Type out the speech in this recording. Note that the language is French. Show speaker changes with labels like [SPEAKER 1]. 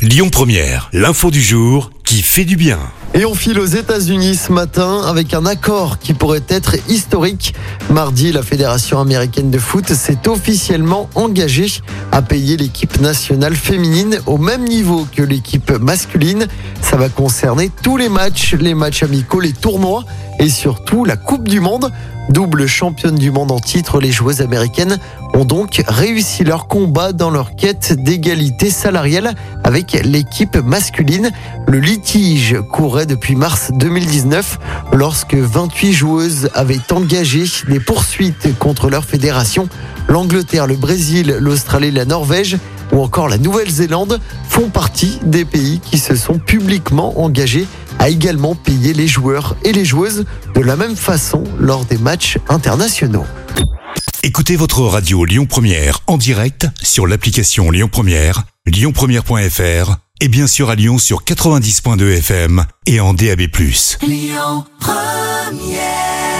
[SPEAKER 1] Lyon Première, l'info du jour qui fait du bien.
[SPEAKER 2] Et on file aux États-Unis ce matin avec un accord qui pourrait être historique. Mardi, la Fédération américaine de foot s'est officiellement engagée à payer l'équipe nationale féminine au même niveau que l'équipe masculine. Ça va concerner tous les matchs amicaux, les tournois et surtout la Coupe du Monde. Double championne du monde en titre, les joueuses américaines ont donc réussi leur combat dans leur quête d'égalité salariale avec l'équipe masculine. Le litige courait depuis mars 2019 lorsque 28 joueuses avaient engagé des poursuites contre leur fédération. L'Angleterre, le Brésil, l'Australie, la Norvège ou encore la Nouvelle-Zélande font partie des pays qui se sont publiquement engagés à également payer les joueurs et les joueuses de la même façon lors des matchs internationaux.
[SPEAKER 1] Écoutez votre radio Lyon Première en direct sur l'application Lyon Première, lyonpremière.fr et bien sûr à Lyon sur 90.2 FM et en DAB+.
[SPEAKER 3] Lyon Première.